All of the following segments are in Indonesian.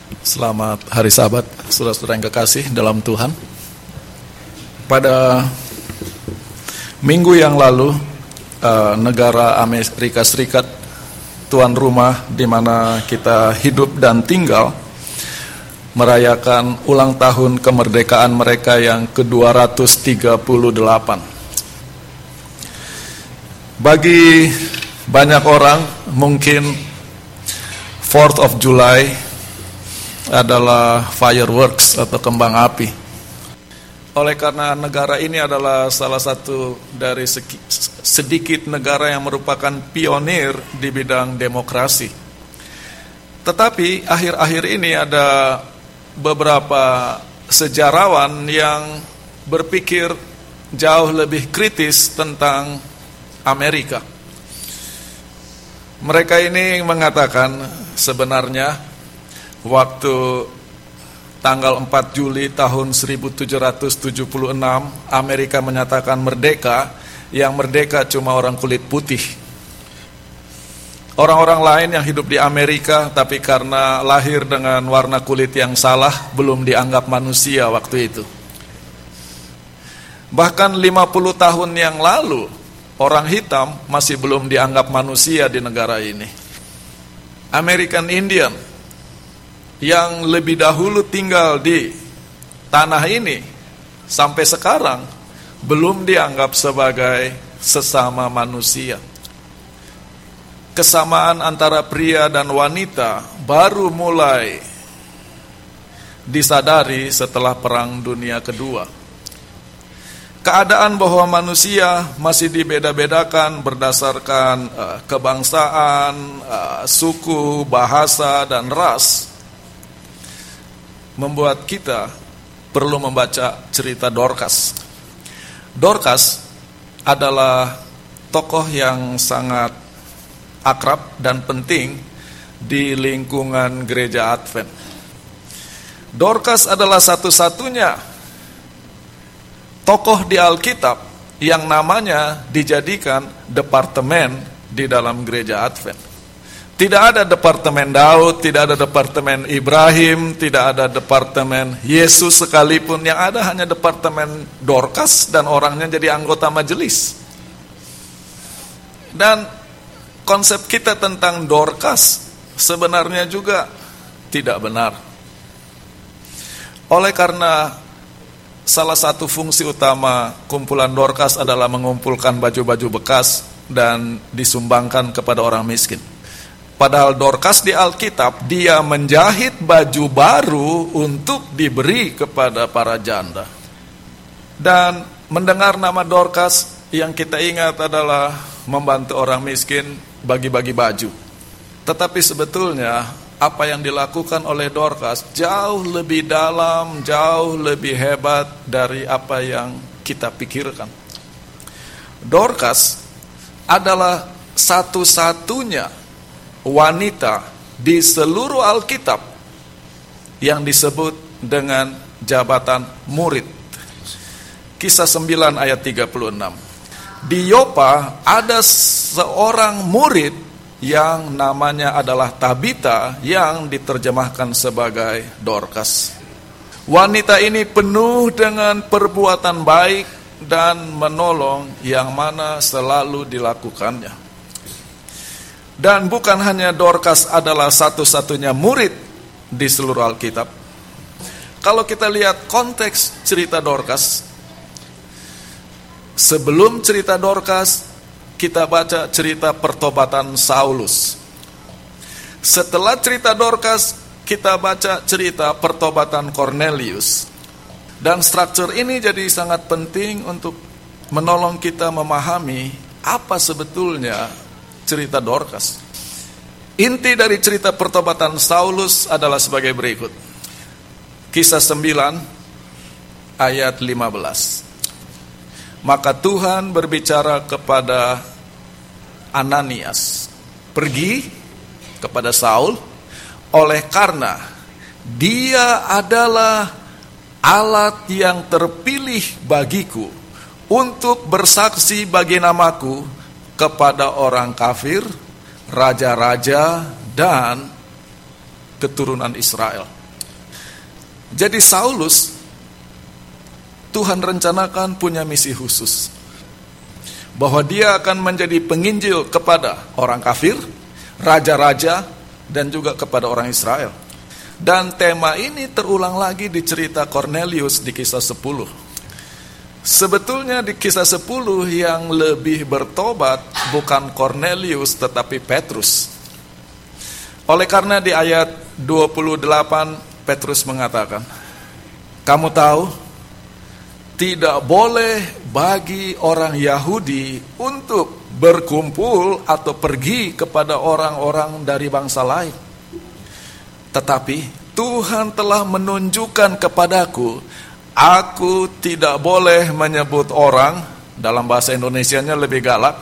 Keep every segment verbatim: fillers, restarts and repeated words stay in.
Selamat Hari Sabat, saudara-saudara yang kekasih dalam Tuhan. Pada minggu yang lalu, negara Amerika Serikat, tuan rumah di mana kita hidup dan tinggal, merayakan ulang tahun kemerdekaan mereka yang ke dua ratus tiga puluh delapan. Bagi banyak orang, mungkin fourth of July adalah fireworks atau kembang api. Oleh karena negara ini adalah salah satu dari sedikit negara yang merupakan pionir di bidang demokrasi. Tetapi akhir-akhir ini ada beberapa sejarawan yang berpikir jauh lebih kritis tentang Amerika. Mereka ini mengatakan sebenarnya waktu tanggal empat Juli tahun seribu tujuh ratus tujuh puluh enam Amerika menyatakan merdeka, yang merdeka cuma orang kulit putih. Orang-orang lain yang hidup di Amerika tapi karena lahir dengan warna kulit yang salah belum dianggap manusia waktu itu. Bahkan lima puluh tahun yang lalu orang hitam masih belum dianggap manusia di negara ini. American Indian yang lebih dahulu tinggal di tanah ini sampai sekarang belum dianggap sebagai sesama manusia. Kesamaan antara pria dan wanita baru mulai disadari setelah Perang Dunia Kedua. Keadaan bahwa manusia masih dibeda-bedakan berdasarkan uh, kebangsaan, uh, suku, bahasa, dan ras membuat kita perlu membaca cerita Dorcas. Dorcas adalah tokoh yang sangat akrab dan penting di lingkungan gereja Advent. Dorcas adalah satu-satunya tokoh di Alkitab yang namanya dijadikan departemen di dalam gereja Advent. Tidak ada departemen Daud, tidak ada departemen Ibrahim, tidak ada departemen Yesus sekalipun. Yang ada hanya departemen Dorcas dan orangnya jadi anggota majelis. Dan konsep kita tentang Dorcas sebenarnya juga tidak benar. Oleh karena salah satu fungsi utama kumpulan Dorcas adalah mengumpulkan baju-baju bekas dan disumbangkan kepada orang miskin. Padahal Dorcas di Alkitab, dia menjahit baju baru untuk diberi kepada para janda. Dan mendengar nama Dorcas, yang kita ingat adalah membantu orang miskin, bagi-bagi baju. Tetapi sebetulnya apa yang dilakukan oleh Dorcas jauh lebih dalam, jauh lebih hebat dari apa yang kita pikirkan. Dorcas adalah satu-satunya wanita di seluruh Alkitab yang disebut dengan jabatan murid. Kisah sembilan ayat tiga puluh enam. Di Yopa ada seorang murid yang namanya adalah Tabita, yang diterjemahkan sebagai Dorcas. Wanita ini penuh dengan perbuatan baik dan menolong yang mana selalu dilakukannya. Dan bukan hanya Dorcas adalah satu-satunya murid di seluruh Alkitab. Kalau kita lihat konteks cerita Dorcas, sebelum cerita Dorcas, kita baca cerita pertobatan Saulus. Setelah cerita Dorcas, kita baca cerita pertobatan Cornelius. Dan struktur ini jadi sangat penting untuk menolong kita memahami apa sebetulnya cerita Dorcas. Inti dari cerita pertobatan Saulus adalah sebagai berikut. Kisah sembilan ayat lima belas. Maka Tuhan berbicara kepada Ananias, pergi kepada Saul, oleh karena dia adalah alat yang terpilih bagiku untuk bersaksi bagi namaku kepada orang kafir, raja-raja, dan keturunan Israel. Jadi Saulus, Tuhan rencanakan punya misi khusus, bahwa dia akan menjadi penginjil kepada orang kafir, raja-raja, dan juga kepada orang Israel. Dan tema ini terulang lagi di cerita Cornelius di kisah sepuluh. Sebetulnya di kisah sepuluh yang lebih bertobat bukan Cornelius tetapi Petrus. Oleh karena di ayat dua puluh delapan Petrus mengatakan, kamu tahu, tidak boleh bagi orang Yahudi untuk berkumpul atau pergi kepada orang-orang dari bangsa lain. Tetapi Tuhan telah menunjukkan kepadaku, aku tidak boleh menyebut orang, dalam bahasa Indonesianya lebih galak,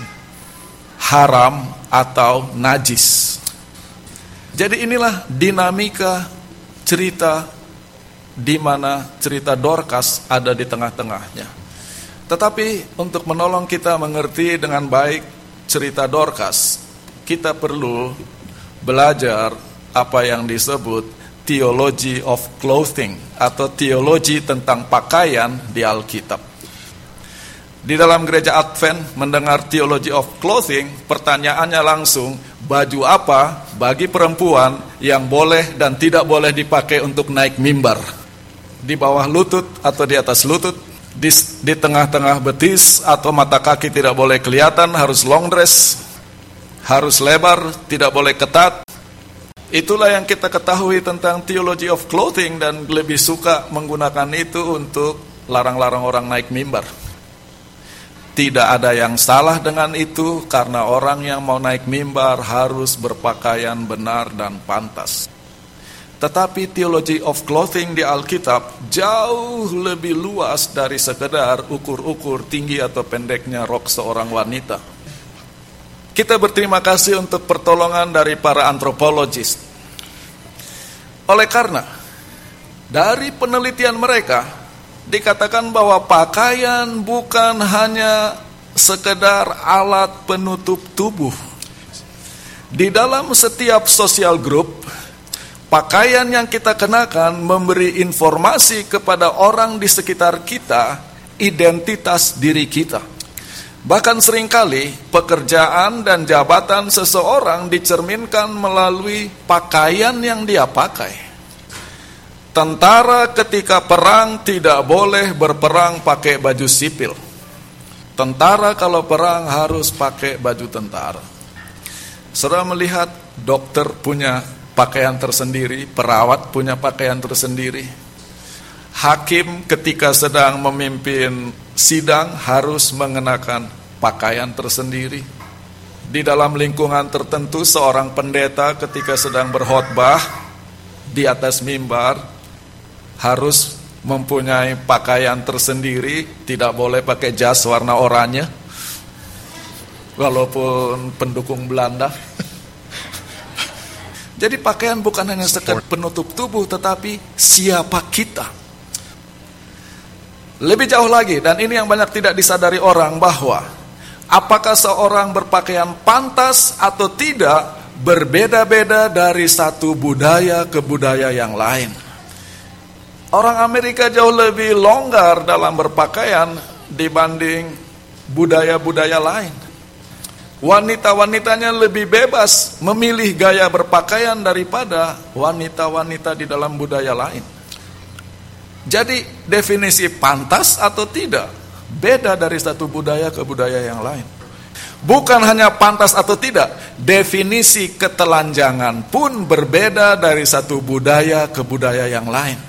haram atau najis. Jadi inilah dinamika cerita di mana cerita Dorcas ada di tengah-tengahnya. Tetapi untuk menolong kita mengerti dengan baik cerita Dorcas, kita perlu belajar apa yang disebut theology of clothing atau teologi tentang pakaian di Alkitab. Di dalam gereja Advent mendengar theology of clothing, pertanyaannya langsung, baju apa bagi perempuan yang boleh dan tidak boleh dipakai untuk naik mimbar? Di bawah lutut atau di atas lutut, di, di tengah-tengah betis atau mata kaki tidak boleh kelihatan, harus long dress, harus lebar, tidak boleh ketat. Itulah yang kita ketahui tentang theology of clothing dan lebih suka menggunakan itu untuk larang-larang orang naik mimbar. Tidak ada yang salah dengan itu karena orang yang mau naik mimbar harus berpakaian benar dan pantas. Tetapi theology of clothing di Alkitab jauh lebih luas dari sekedar ukur-ukur tinggi atau pendeknya rok seorang wanita. Kita berterima kasih untuk pertolongan dari para antropologis. Oleh karena dari penelitian mereka dikatakan bahwa pakaian bukan hanya sekedar alat penutup tubuh. Di dalam setiap sosial group, pakaian yang kita kenakan memberi informasi kepada orang di sekitar kita, identitas diri kita. Bahkan seringkali pekerjaan dan jabatan seseorang dicerminkan melalui pakaian yang dia pakai. Tentara ketika perang tidak boleh berperang pakai baju sipil. Tentara kalau perang harus pakai baju tentara. Saudara melihat dokter punya pakaian tersendiri, perawat punya pakaian tersendiri. Hakim ketika sedang memimpin sidang harus mengenakan pakaian tersendiri. Di dalam lingkungan tertentu seorang pendeta ketika sedang berkhotbah di atas mimbar harus mempunyai pakaian tersendiri, tidak boleh pakai jas warna oranye walaupun pendukung Belanda. Jadi pakaian bukan hanya sekedar penutup tubuh, tetapi siapa kita. Lebih jauh lagi, dan ini yang banyak tidak disadari orang, bahwa apakah seorang berpakaian pantas atau tidak berbeda-beda dari satu budaya ke budaya yang lain. Orang Amerika jauh lebih longgar dalam berpakaian dibanding budaya-budaya lain. Wanita-wanitanya lebih bebas memilih gaya berpakaian daripada wanita-wanita di dalam budaya lain. Jadi definisi pantas atau tidak beda dari satu budaya ke budaya yang lain. Bukan hanya pantas atau tidak, definisi ketelanjangan pun berbeda dari satu budaya ke budaya yang lain.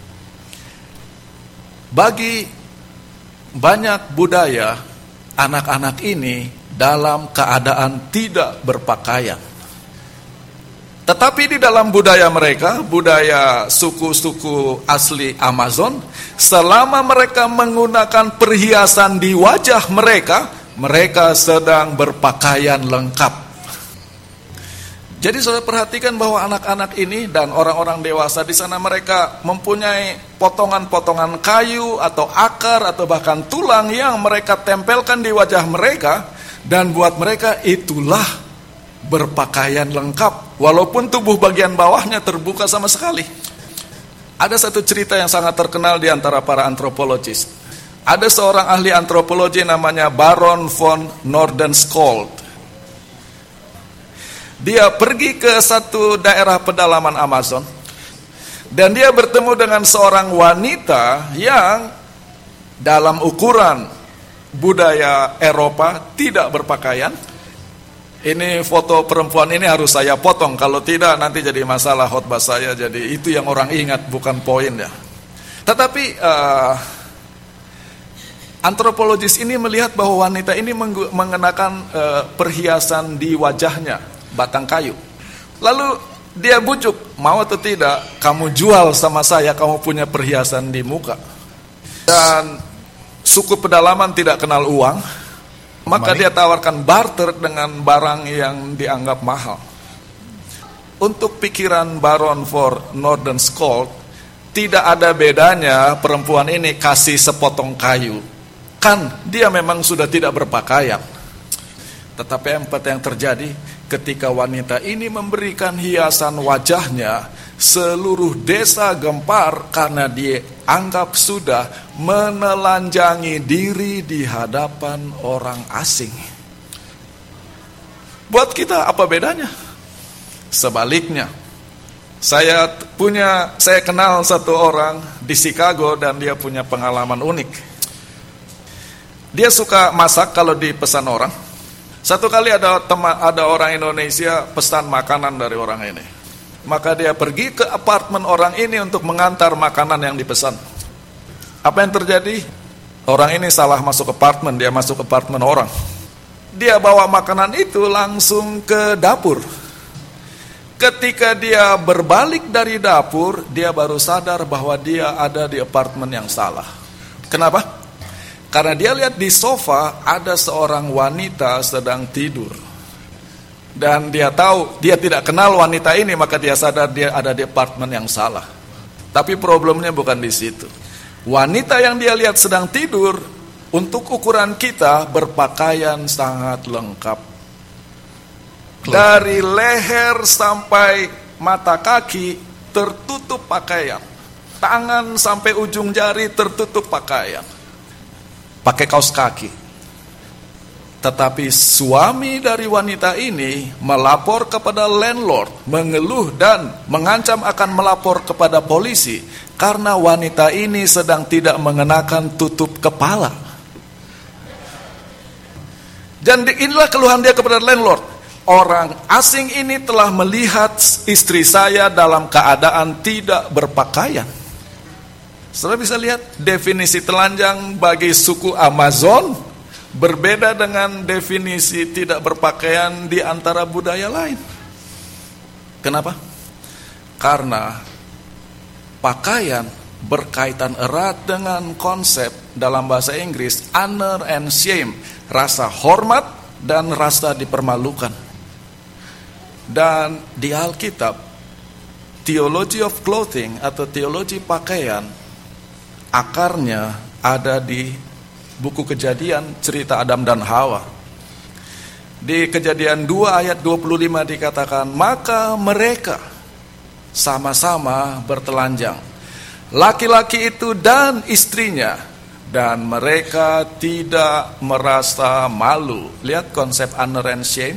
Bagi banyak budaya, anak-anak ini dalam keadaan tidak berpakaian. Tetapi di dalam budaya mereka, budaya suku-suku asli Amazon, selama mereka menggunakan perhiasan di wajah mereka, mereka sedang berpakaian lengkap. Jadi saudara perhatikan bahwa anak-anak ini dan orang-orang dewasa di sana mereka mempunyai potongan-potongan kayu atau akar atau bahkan tulang yang mereka tempelkan di wajah mereka, dan buat mereka itulah berpakaian lengkap walaupun tubuh bagian bawahnya terbuka sama sekali. Ada satu cerita yang sangat terkenal di antara para antropologis. Ada seorang ahli antropologi namanya Baron von Nordenskjöld. Dia pergi ke satu daerah pedalaman Amazon, dan dia bertemu dengan seorang wanita yang dalam ukuran budaya Eropa tidak berpakaian. Ini foto perempuan ini harus saya potong, kalau tidak nanti jadi masalah khotbah saya. Jadi itu yang orang ingat, bukan poin ya. Tetapi uh, antropologis ini melihat bahwa wanita ini mengenakan uh, perhiasan di wajahnya, batang kayu. Lalu dia bujuk, mau atau tidak, kamu jual sama saya, kamu punya perhiasan di muka. Dan suku pedalaman tidak kenal uang, maka dia tawarkan barter dengan barang yang dianggap mahal. Untuk pikiran Baron von Nordenskjöld, tidak ada bedanya perempuan ini kasih sepotong kayu. Kan dia memang sudah tidak berpakaian. Tetapi apa yang terjadi ketika wanita ini memberikan hiasan wajahnya, seluruh desa gempar karena dia anggap sudah menelanjangi diri di hadapan orang asing. Buat kita apa bedanya? Sebaliknya, saya punya saya kenal satu orang di Chicago dan dia punya pengalaman unik. Dia suka masak kalau dipesan orang. Satu kali ada teman, ada orang Indonesia pesan makanan dari orang ini. Maka dia pergi ke apartemen orang ini untuk mengantar makanan yang dipesan. Apa yang terjadi? Orang ini salah masuk apartemen, dia masuk apartemen orang. Dia bawa makanan itu langsung ke dapur. Ketika dia berbalik dari dapur, dia baru sadar bahwa dia ada di apartemen yang salah. Kenapa? Karena dia lihat di sofa ada seorang wanita sedang tidur. Dan dia tahu, dia tidak kenal wanita ini, maka dia sadar dia ada di apartemen yang salah. Tapi problemnya bukan di situ. Wanita yang dia lihat sedang tidur, untuk ukuran kita berpakaian sangat lengkap. Dari leher sampai mata kaki tertutup pakaian. Tangan sampai ujung jari tertutup pakaian. Pakai kaos kaki. Tetapi suami dari wanita ini melapor kepada landlord, mengeluh dan mengancam akan melapor kepada polisi karena wanita ini sedang tidak mengenakan tutup kepala. Dan inilah keluhan dia kepada landlord. Orang asing ini telah melihat istri saya dalam keadaan tidak berpakaian. Saudara bisa lihat definisi telanjang bagi suku Amazon berbeda dengan definisi tidak berpakaian di antara budaya lain. Kenapa? Karena pakaian berkaitan erat dengan konsep dalam bahasa Inggris honor and shame, rasa hormat dan rasa dipermalukan. Dan di Alkitab, theology of clothing atau teologi pakaian akarnya ada di buku Kejadian, cerita Adam dan Hawa. Di Kejadian dua ayat dua puluh lima dikatakan, maka mereka sama-sama bertelanjang, laki-laki itu dan istrinya, dan mereka tidak merasa malu. Lihat konsep honor and shame.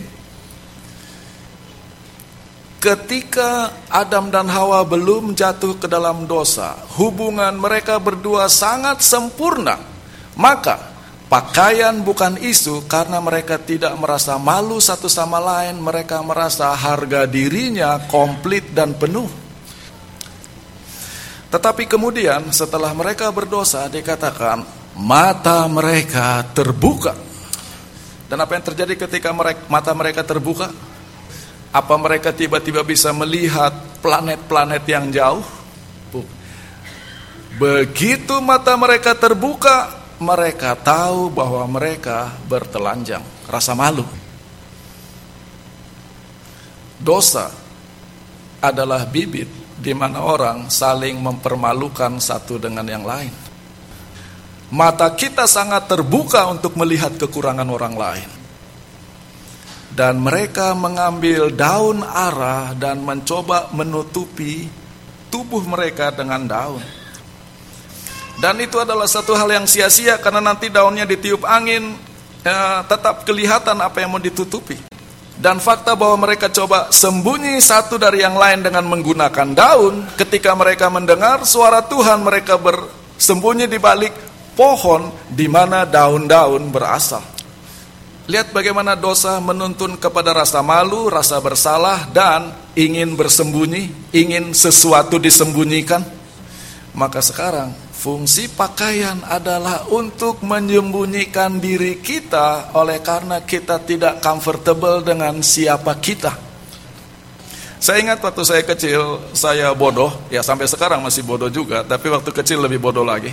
Ketika Adam dan Hawa belum jatuh ke dalam dosa, hubungan mereka berdua sangat sempurna. Maka pakaian bukan isu karena mereka tidak merasa malu satu sama lain. Mereka merasa harga dirinya komplit dan penuh. Tetapi kemudian setelah mereka berdosa dikatakan mata mereka terbuka. Dan apa yang terjadi ketika mereka, mata mereka terbuka? Apa mereka tiba-tiba bisa melihat planet-planet yang jauh? Begitu mata mereka terbuka, mereka tahu bahwa mereka bertelanjang. Rasa malu. Dosa adalah bibit di mana orang saling mempermalukan satu dengan yang lain. Mata kita sangat terbuka untuk melihat kekurangan orang lain. Dan mereka mengambil daun ara dan mencoba menutupi tubuh mereka dengan daun. Dan itu adalah satu hal yang sia-sia, karena nanti daunnya ditiup angin, eh, tetap kelihatan apa yang mau ditutupi. Dan fakta bahwa mereka coba sembunyi satu dari yang lain dengan menggunakan daun, ketika mereka mendengar suara Tuhan, mereka bersembunyi di balik pohon di mana daun-daun berasal. Lihat bagaimana dosa menuntun kepada rasa malu, rasa bersalah, dan ingin bersembunyi, ingin sesuatu disembunyikan. Maka sekarang fungsi pakaian adalah untuk menyembunyikan diri kita, oleh karena kita tidak comfortable dengan siapa kita. Saya ingat waktu saya kecil, saya bodoh, ya sampai sekarang masih bodoh juga, tapi waktu kecil lebih bodoh lagi.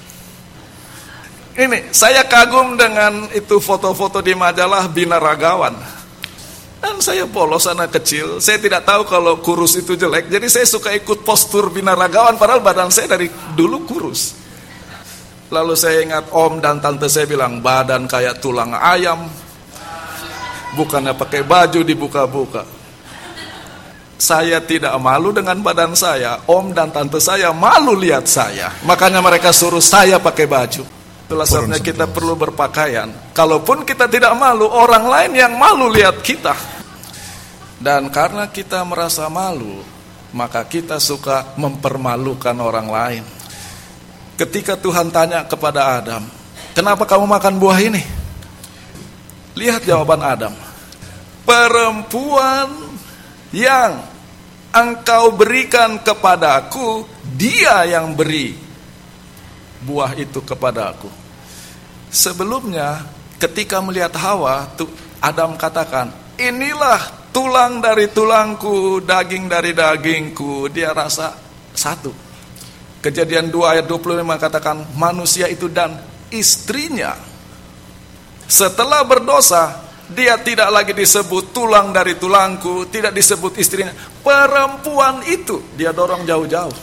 Ini, saya kagum dengan itu foto-foto di majalah Binaragawan. Dan saya polos anak kecil, saya tidak tahu kalau kurus itu jelek, jadi saya suka ikut postur Binaragawan, padahal badan saya dari dulu kurus. Lalu saya ingat om dan tante saya bilang, badan kayak tulang ayam, bukannya pakai baju dibuka-buka. Saya tidak malu dengan badan saya, om dan tante saya malu lihat saya, makanya mereka suruh saya pakai baju. Itulah sebabnya kita perlu berpakaian. Kalaupun kita tidak malu, orang lain yang malu lihat kita. Dan karena kita merasa malu, maka kita suka mempermalukan orang lain. Ketika Tuhan tanya kepada Adam, kenapa kamu makan buah ini? Lihat jawaban Adam. Perempuan yang engkau berikan kepadaku, dia yang beri buah itu kepadaku. Sebelumnya ketika melihat Hawa, Adam katakan, inilah tulang dari tulangku, daging dari dagingku. Dia rasa satu. Kejadian dua ayat dua puluh lima katakan, manusia itu dan istrinya. Setelah berdosa, dia tidak lagi disebut tulang dari tulangku, tidak disebut istrinya. Perempuan itu dia dorong jauh-jauh.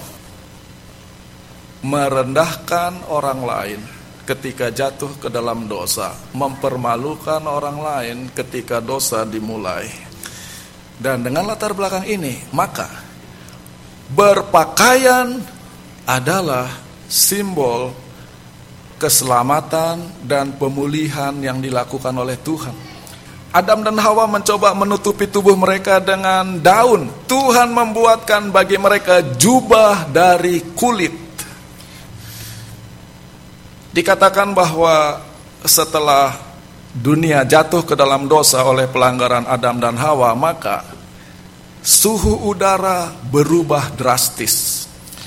Merendahkan orang lain ketika jatuh ke dalam dosa, mempermalukan orang lain ketika dosa dimulai. Dan dengan latar belakang ini, maka berpakaian adalah simbol keselamatan dan pemulihan yang dilakukan oleh Tuhan. Adam dan Hawa mencoba menutupi tubuh mereka dengan daun. Tuhan membuatkan bagi mereka jubah dari kulit. Dikatakan bahwa setelah dunia jatuh ke dalam dosa oleh pelanggaran Adam dan Hawa, maka suhu udara berubah drastis.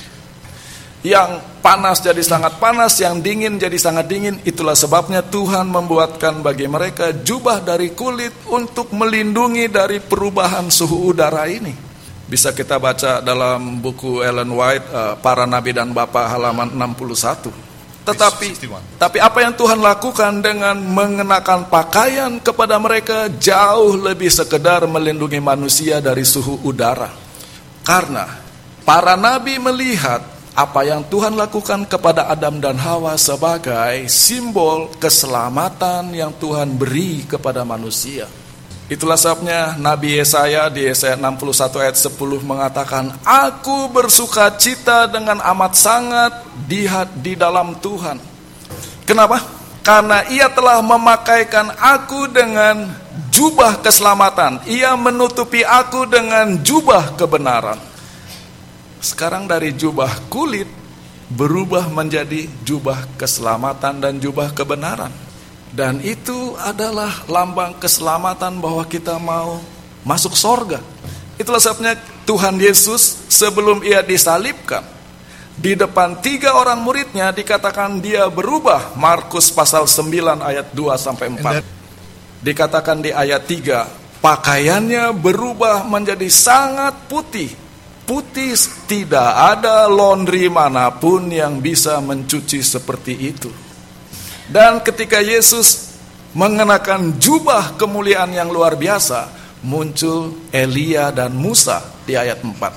Yang panas jadi sangat panas, yang dingin jadi sangat dingin. Itulah sebabnya Tuhan membuatkan bagi mereka jubah dari kulit untuk melindungi dari perubahan suhu udara ini. Bisa kita baca dalam buku Ellen White, Para Nabi dan Bapa, halaman enam puluh satu. Tetapi, tapi apa yang Tuhan lakukan dengan mengenakan pakaian kepada mereka jauh lebih sekedar melindungi manusia dari suhu udara. Karena para nabi melihat apa yang Tuhan lakukan kepada Adam dan Hawa sebagai simbol keselamatan yang Tuhan beri kepada manusia. Itulah sebabnya Nabi Yesaya di Yesaya enam puluh satu ayat sepuluh mengatakan, aku bersuka cita dengan amat sangat di, di dalam Tuhan. Kenapa? Karena ia telah memakaikan aku dengan jubah keselamatan. Ia menutupi aku dengan jubah kebenaran. Sekarang dari jubah kulit berubah menjadi jubah keselamatan dan jubah kebenaran. Dan itu adalah lambang keselamatan bahwa kita mau masuk sorga. Itulah sebabnya Tuhan Yesus sebelum ia disalibkan, di depan tiga orang muridnya dikatakan dia berubah. Markus pasal sembilan ayat dua sampai empat. Dikatakan di ayat tiga, pakaiannya berubah menjadi sangat putih. Putih, tidak ada laundry manapun yang bisa mencuci seperti itu. Dan ketika Yesus mengenakan jubah kemuliaan yang luar biasa, muncul Elia dan Musa di ayat empat.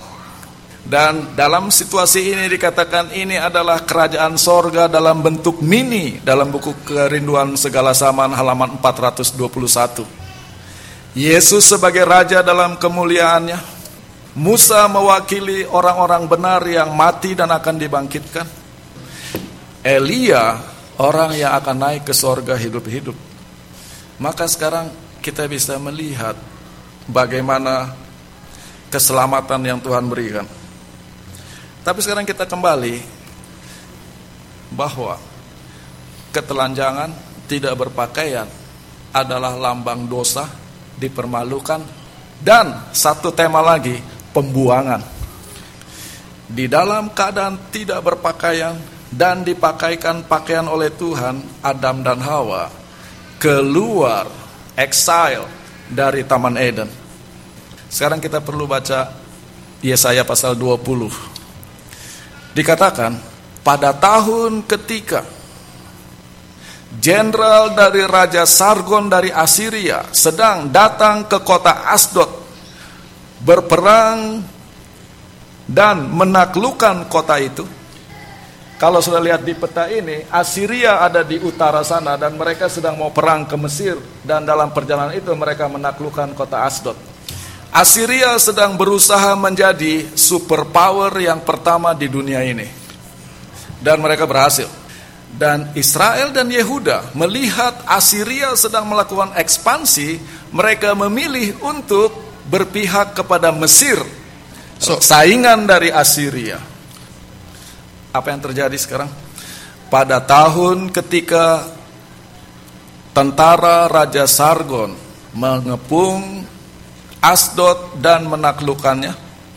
Dan dalam situasi ini dikatakan ini adalah kerajaan sorga dalam bentuk mini, dalam buku Kerinduan Segala Zaman halaman empat ratus dua puluh satu. Yesus sebagai raja dalam kemuliaannya, Musa mewakili orang-orang benar yang mati dan akan dibangkitkan. Elia orang yang akan naik ke sorga hidup-hidup. Maka sekarang kita bisa melihat bagaimana keselamatan yang Tuhan berikan. Tapi sekarang kita kembali bahwa ketelanjangan, tidak berpakaian adalah lambang dosa, dipermalukan, dan satu tema lagi, pembuangan. Di dalam keadaan tidak berpakaian dan dipakaikan pakaian oleh Tuhan, Adam dan Hawa keluar, exile dari Taman Eden. Sekarang kita perlu baca Yesaya pasal dua puluh. Dikatakan, pada tahun ketika jenderal dari Raja Sargon dari Asiria sedang datang ke kota Asdod berperang dan menaklukkan kota itu. Kalau sudah lihat di peta ini, Asiria ada di utara sana dan mereka sedang mau perang ke Mesir, dan dalam perjalanan itu mereka menaklukkan kota Asdod. Asiria sedang berusaha menjadi superpower yang pertama di dunia ini, dan mereka berhasil. Dan Israel dan Yehuda melihat Asiria sedang melakukan ekspansi, mereka memilih untuk berpihak kepada Mesir, so, saingan dari Asiria. Apa yang terjadi sekarang? Pada tahun ketika tentara Raja Sargon mengepung Asdod dan menaklukkannya,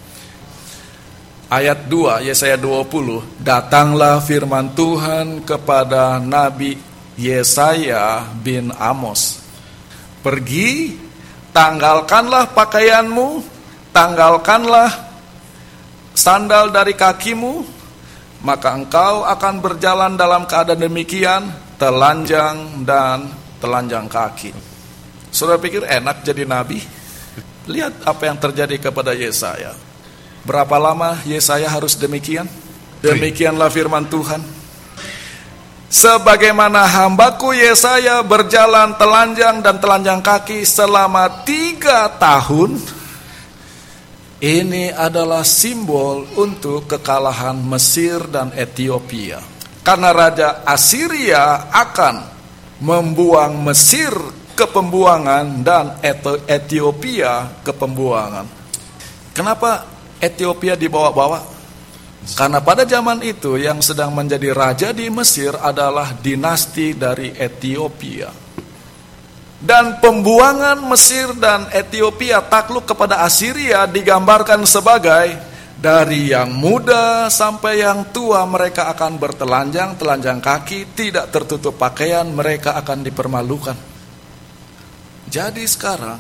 ayat dua, Yesaya dua puluh, datanglah firman Tuhan kepada Nabi Yesaya bin Amos. Pergi, tanggalkanlah pakaianmu, tanggalkanlah sandal dari kakimu, maka engkau akan berjalan dalam keadaan demikian, telanjang dan telanjang kaki. Saudara pikir enak jadi nabi? Lihat apa yang terjadi kepada Yesaya. Berapa lama Yesaya harus demikian? Demikianlah firman Tuhan. Sebagaimana hambaku Yesaya berjalan telanjang dan telanjang kaki selama tiga tahun, ini adalah simbol untuk kekalahan Mesir dan Ethiopia. Karena Raja Asiria akan membuang Mesir ke pembuangan dan Ethiopia ke pembuangan. Kenapa Ethiopia dibawa-bawa? Karena pada zaman itu yang sedang menjadi raja di Mesir adalah dinasti dari Ethiopia. Dan pembuangan Mesir dan Ethiopia takluk kepada Asiria digambarkan sebagai dari yang muda sampai yang tua mereka akan bertelanjang, telanjang kaki, tidak tertutup pakaian, mereka akan dipermalukan. Jadi sekarang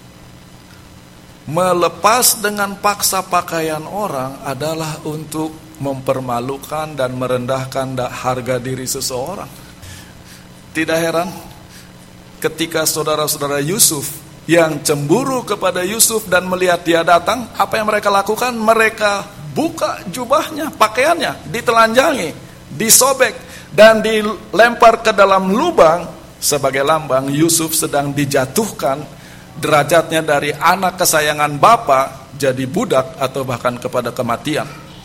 melepas dengan paksa pakaian orang adalah untuk mempermalukan dan merendahkan harga diri seseorang. Tidak heran ketika saudara-saudara Yusuf yang cemburu kepada Yusuf dan melihat dia datang, apa yang mereka lakukan? Mereka buka jubahnya, pakaiannya, ditelanjangi, disobek, dan dilempar ke dalam lubang sebagai lambang Yusuf sedang dijatuhkan derajatnya dari anak kesayangan bapa jadi budak atau bahkan kepada kematian.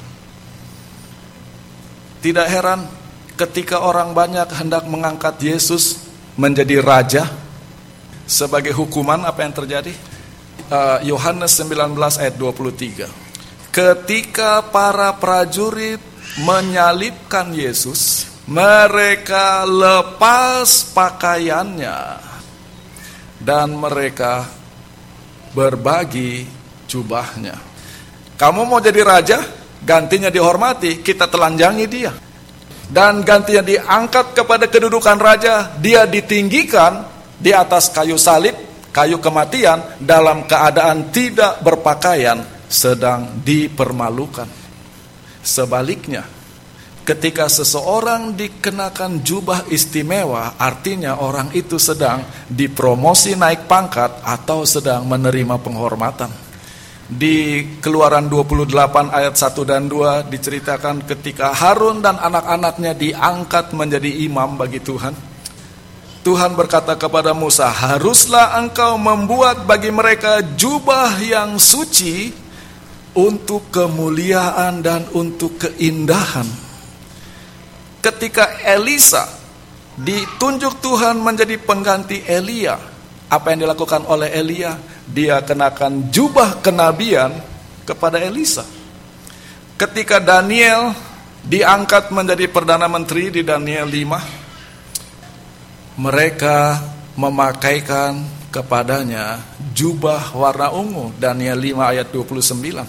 Tidak heran ketika orang banyak hendak mengangkat Yesus menjadi raja, sebagai hukuman apa yang terjadi? Uh, Yohanes sembilan belas ayat dua puluh tiga. Ketika para prajurit menyalibkan Yesus, mereka lepas pakaiannya dan mereka berbagi jubahnya. Kamu mau jadi raja, gantinya dihormati, kita telanjangi dia. Dan gantinya diangkat kepada kedudukan raja, dia ditinggikan di atas kayu salib, kayu kematian, dalam keadaan tidak berpakaian, sedang dipermalukan. Sebaliknya, ketika seseorang dikenakan jubah istimewa, artinya orang itu sedang dipromosi naik pangkat atau sedang menerima penghormatan. Di Keluaran dua puluh delapan ayat satu dan dua diceritakan ketika Harun dan anak-anaknya diangkat menjadi imam bagi Tuhan. Tuhan berkata kepada Musa, haruslah engkau membuat bagi mereka jubah yang suci untuk kemuliaan dan untuk keindahan. Ketika Elisa ditunjuk Tuhan menjadi pengganti Elia, apa yang dilakukan oleh Elia? Dia kenakan jubah kenabian kepada Elisa. Ketika Daniel diangkat menjadi Perdana Menteri di Daniel lima, mereka memakaikan kepadanya jubah warna ungu, Daniel lima ayat dua puluh sembilan.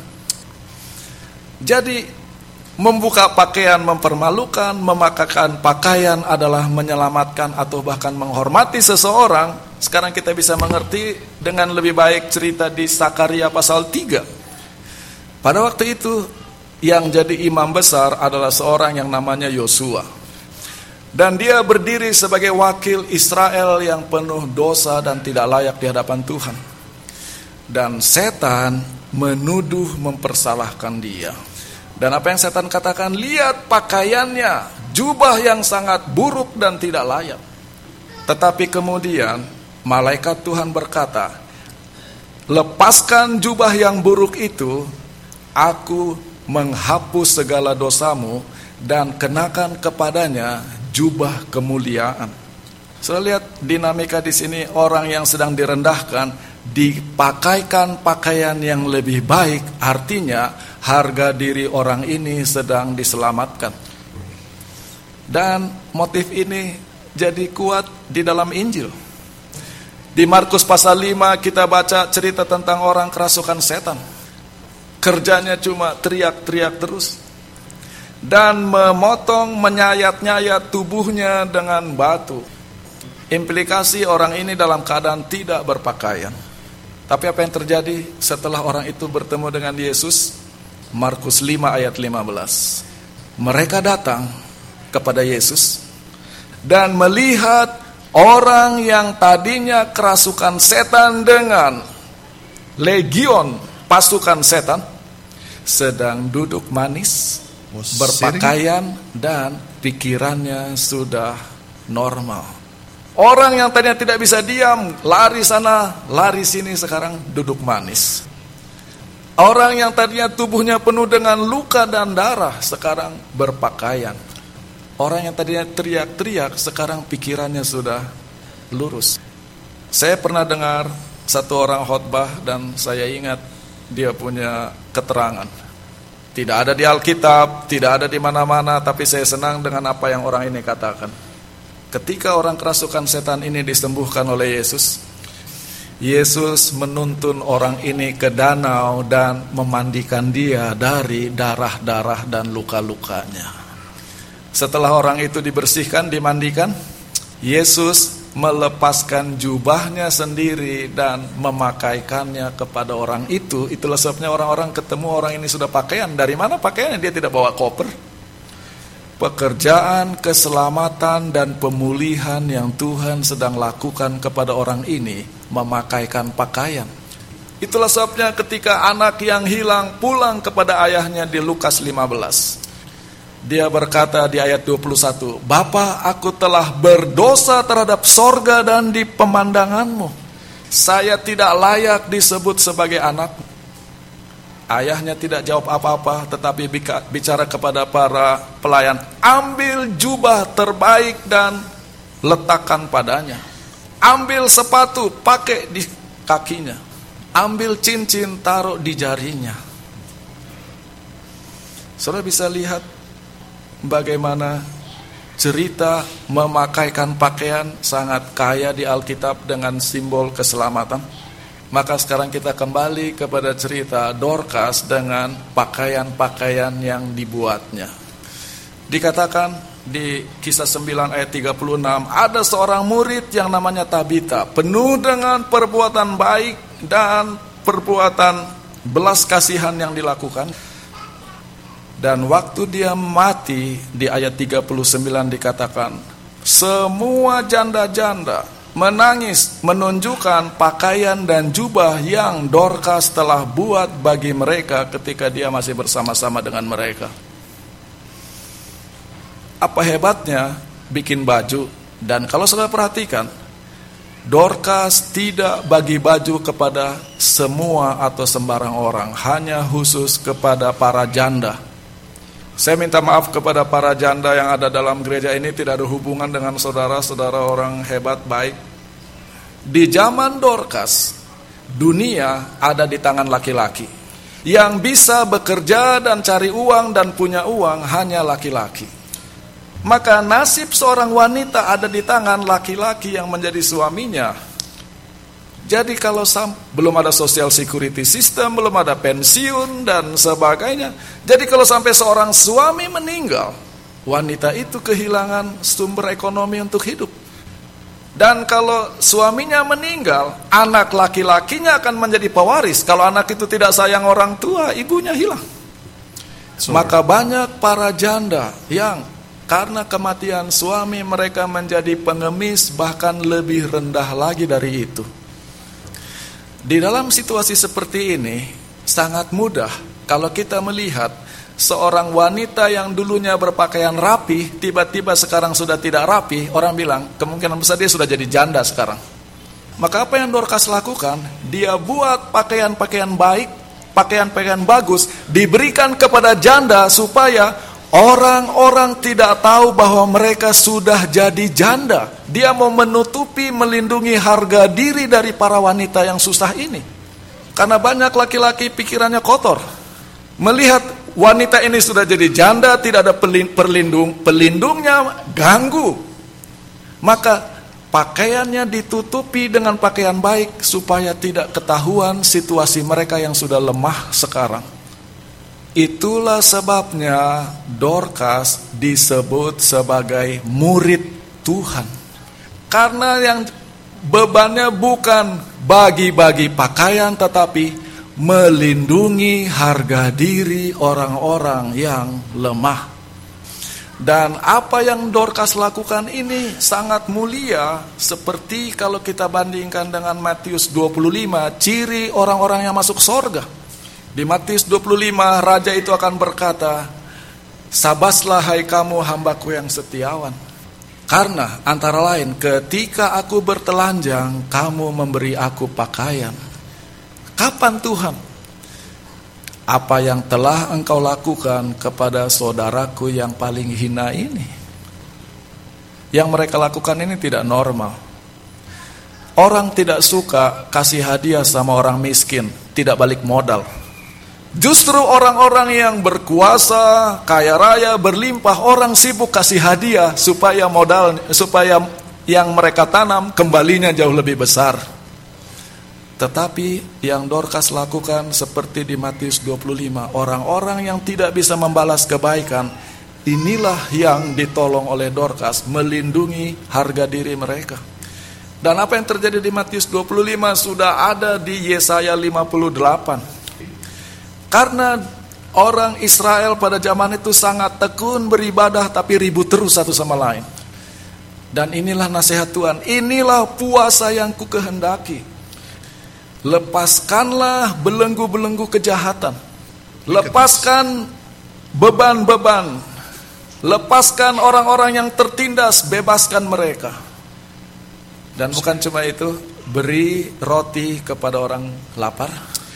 Jadi membuka pakaian mempermalukan, memakaikan pakaian adalah menyelamatkan atau bahkan menghormati seseorang. Sekarang kita bisa mengerti dengan lebih baik cerita di Sakaria pasal tiga. Pada waktu itu yang jadi imam besar adalah seorang yang namanya Yosua. Dan dia berdiri sebagai wakil Israel yang penuh dosa dan tidak layak di hadapan Tuhan. Dan setan menuduh mempersalahkan dia. Dan apa yang setan katakan? Lihat pakaiannya, jubah yang sangat buruk dan tidak layak. Tetapi kemudian malaikat Tuhan berkata, lepaskan jubah yang buruk itu, aku menghapus segala dosamu dan kenakan kepadanya jubah kemuliaan. Saya lihat dinamika di sini, orang yang sedang direndahkan dipakaikan pakaian yang lebih baik, artinya harga diri orang ini sedang diselamatkan. Dan motif ini jadi kuat di dalam Injil. Di Markus pasal lima kita baca cerita tentang orang kerasukan setan. Kerjanya cuma teriak-teriak terus dan memotong, menyayat-nyayat tubuhnya dengan batu. Implikasi orang ini dalam keadaan tidak berpakaian. Tapi apa yang terjadi setelah orang itu bertemu dengan Yesus? Markus lima ayat lima belas. Mereka datang kepada Yesus dan melihat orang yang tadinya kerasukan setan dengan legion pasukan setan sedang duduk manis, berpakaian, dan pikirannya sudah normal. Orang yang tadinya tidak bisa diam, lari sana, lari sini, sekarang duduk manis. Orang yang tadinya tubuhnya penuh dengan luka dan darah, sekarang berpakaian. Orang yang tadinya teriak-teriak, sekarang pikirannya sudah lurus. Saya pernah dengar satu orang khotbah dan saya ingat dia punya keterangan. Tidak ada di Alkitab, tidak ada di mana-mana, tapi saya senang dengan apa yang orang ini katakan. Ketika orang kerasukan setan ini disembuhkan oleh Yesus, Yesus menuntun orang ini ke danau dan memandikan dia dari darah-darah dan luka-lukanya. Setelah orang itu dibersihkan, dimandikan, Yesus melepaskan jubahnya sendiri dan memakaikannya kepada orang itu. Itulah sebabnya orang-orang ketemu orang ini sudah pakaian. Dari mana pakaiannya? Dia tidak bawa koper. Pekerjaan keselamatan dan pemulihan yang Tuhan sedang lakukan kepada orang ini memakaikan pakaian. Itulah sebabnya ketika anak yang hilang pulang kepada ayahnya di Lukas lima belas, dia berkata di ayat dua puluh satu, Bapa, aku telah berdosa terhadap sorga dan di pemandanganmu. Saya tidak layak disebut sebagai anak. Ayahnya tidak jawab apa-apa, tetapi bicara kepada para pelayan, ambil jubah terbaik dan letakkan padanya. Ambil sepatu, pakai di kakinya. Ambil cincin, taruh di jarinya. Saudara bisa lihat bagaimana cerita memakaikan pakaian sangat kaya di Alkitab dengan simbol keselamatan. Maka sekarang kita kembali kepada cerita Dorcas dengan pakaian-pakaian yang dibuatnya. Dikatakan di Kisah sembilan ayat tiga puluh enam, ada seorang murid yang namanya Tabita, penuh dengan perbuatan baik dan perbuatan belas kasihan yang dilakukan. Dan waktu dia mati, di ayat tiga puluh sembilan dikatakan, semua janda-janda menangis menunjukkan pakaian dan jubah yang Dorcas telah buat bagi mereka ketika dia masih bersama-sama dengan mereka. Apa hebatnya bikin baju. Dan kalau saudara perhatikan, Dorcas tidak bagi baju kepada semua atau sembarang orang, hanya khusus kepada para janda. Saya minta maaf kepada para janda yang ada dalam gereja ini, tidak ada hubungan dengan saudara-saudara orang hebat, baik. Di zaman Dorcas, dunia ada di tangan laki-laki. Yang bisa bekerja dan cari uang dan punya uang hanya laki-laki. Maka nasib seorang wanita ada di tangan laki-laki yang menjadi suaminya. Jadi kalau sam- belum ada social security system, belum ada pensiun dan sebagainya. Jadi kalau sampai seorang suami meninggal, wanita itu kehilangan sumber ekonomi untuk hidup. Dan kalau suaminya meninggal, anak laki-lakinya akan menjadi pewaris. Kalau anak itu tidak sayang orang tua, ibunya hilang. So, Maka banyak para janda yang karena kematian suami mereka menjadi pengemis, bahkan lebih rendah lagi dari itu. Di dalam situasi seperti ini sangat mudah kalau kita melihat seorang wanita yang dulunya berpakaian rapi, tiba-tiba sekarang sudah tidak rapi. Orang bilang kemungkinan besar dia sudah jadi janda sekarang. Maka apa yang Dorcas lakukan? Dia buat pakaian-pakaian baik, pakaian-pakaian bagus, diberikan kepada janda supaya orang-orang tidak tahu bahwa mereka sudah jadi janda. Dia mau menutupi, melindungi harga diri dari para wanita yang susah ini. Karena banyak laki-laki pikirannya kotor. Melihat wanita ini sudah jadi janda, tidak ada perlindung, pelindungnya ganggu. Maka pakaiannya ditutupi dengan pakaian baik supaya tidak ketahuan situasi mereka yang sudah lemah sekarang. Itulah sebabnya Dorcas disebut sebagai murid Tuhan. Karena yang bebannya bukan bagi-bagi pakaian, tetapi melindungi harga diri orang-orang yang lemah. Dan apa yang Dorcas lakukan ini sangat mulia, seperti kalau kita bandingkan dengan Matius dua puluh lima, ciri orang-orang yang masuk sorga. Di Matius dua puluh lima, raja itu akan berkata, "Sabaslah hai kamu hambaku yang setiawan. Karena antara lain ketika aku bertelanjang, kamu memberi aku pakaian." Kapan Tuhan? Apa yang telah engkau lakukan kepada saudaraku yang paling hina ini? Yang mereka lakukan ini tidak normal. Orang tidak suka kasih hadiah sama orang miskin, tidak balik modal. Justru orang-orang yang berkuasa, kaya raya, berlimpah, orang sibuk kasih hadiah supaya modal, supaya yang mereka tanam kembalinya jauh lebih besar. Tetapi yang Dorcas lakukan seperti di Matius dua puluh lima, orang-orang yang tidak bisa membalas kebaikan, inilah yang ditolong oleh Dorcas, melindungi harga diri mereka. Dan apa yang terjadi di Matius dua puluh lima sudah ada di Yesaya lima puluh delapan. Karena orang Israel pada zaman itu sangat tekun beribadah, tapi ribut terus satu sama lain. Dan inilah nasihat Tuhan, inilah puasa yang ku kehendaki. Lepaskanlah belenggu-belenggu kejahatan. Lepaskan beban-beban. Lepaskan orang-orang yang tertindas, bebaskan mereka. Dan bukan cuma itu, beri roti kepada orang lapar.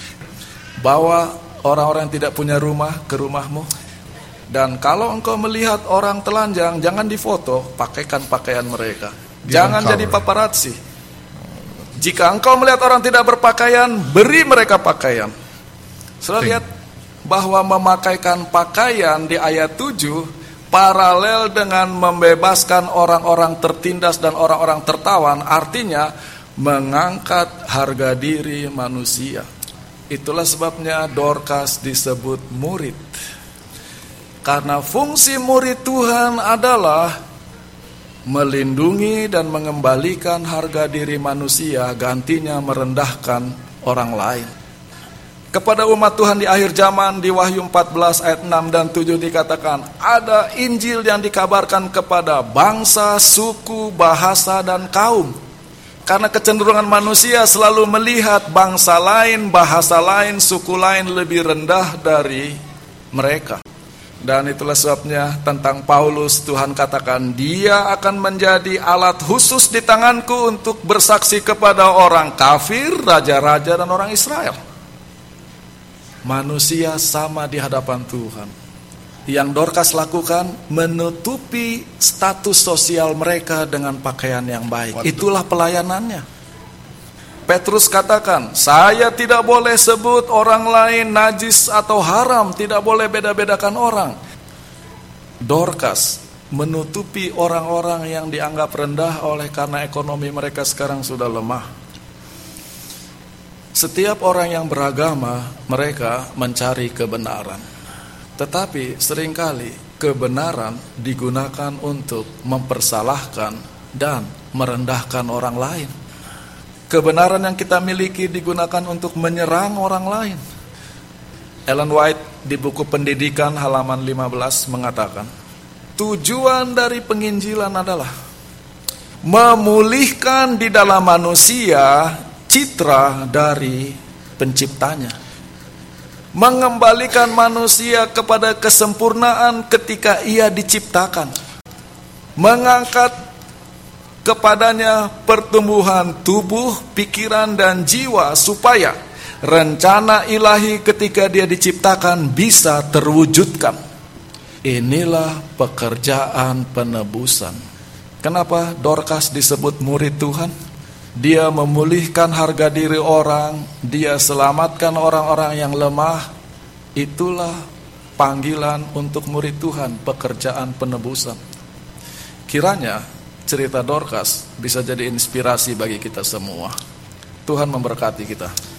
Bawa orang-orang yang tidak punya rumah ke rumahmu. Dan kalau engkau melihat orang telanjang, jangan difoto, pakaikan pakaian mereka. Jangan jadi paparazzi. Jika engkau melihat orang tidak berpakaian, beri mereka pakaian. Saudara lihat bahwa memakaikan pakaian di ayat tujuh paralel dengan membebaskan orang-orang tertindas dan orang-orang tertawan, artinya mengangkat harga diri manusia. Itulah sebabnya Dorcas disebut murid. Karena fungsi murid Tuhan adalah melindungi dan mengembalikan harga diri manusia, gantinya merendahkan orang lain. Kepada umat Tuhan di akhir zaman, di Wahyu empat belas ayat enam dan tujuh dikatakan, ada Injil yang dikabarkan kepada bangsa, suku, bahasa, dan kaum. Karena kecenderungan manusia selalu melihat bangsa lain, bahasa lain, suku lain lebih rendah dari mereka. Dan itulah sebabnya tentang Paulus Tuhan katakan, dia akan menjadi alat khusus di tanganku untuk bersaksi kepada orang kafir, raja-raja dan orang Israel. Manusia sama di hadapan Tuhan. Yang Dorcas lakukan menutupi status sosial mereka dengan pakaian yang baik. Itulah pelayanannya. Petrus katakan, saya tidak boleh sebut orang lain najis atau haram, tidak boleh beda-bedakan orang. Dorcas menutupi orang-orang yang dianggap rendah oleh karena ekonomi mereka sekarang sudah lemah. Setiap orang yang beragama, mereka mencari kebenaran. Tetapi seringkali kebenaran digunakan untuk mempersalahkan dan merendahkan orang lain. Kebenaran yang kita miliki digunakan untuk menyerang orang lain. Ellen White di buku Pendidikan halaman lima belas mengatakan, tujuan dari penginjilan adalah memulihkan di dalam manusia citra dari penciptanya. Mengembalikan manusia kepada kesempurnaan ketika ia diciptakan. Mengangkat kepadanya pertumbuhan tubuh, pikiran, dan jiwa supaya rencana ilahi ketika dia diciptakan bisa terwujudkan. Inilah pekerjaan penebusan. Kenapa Dorcas disebut murid Tuhan? Dia memulihkan harga diri orang, dia selamatkan orang-orang yang lemah. Itulah panggilan untuk murid Tuhan, pekerjaan penebusan. Kiranya cerita Dorcas bisa jadi inspirasi bagi kita semua. Tuhan memberkati kita.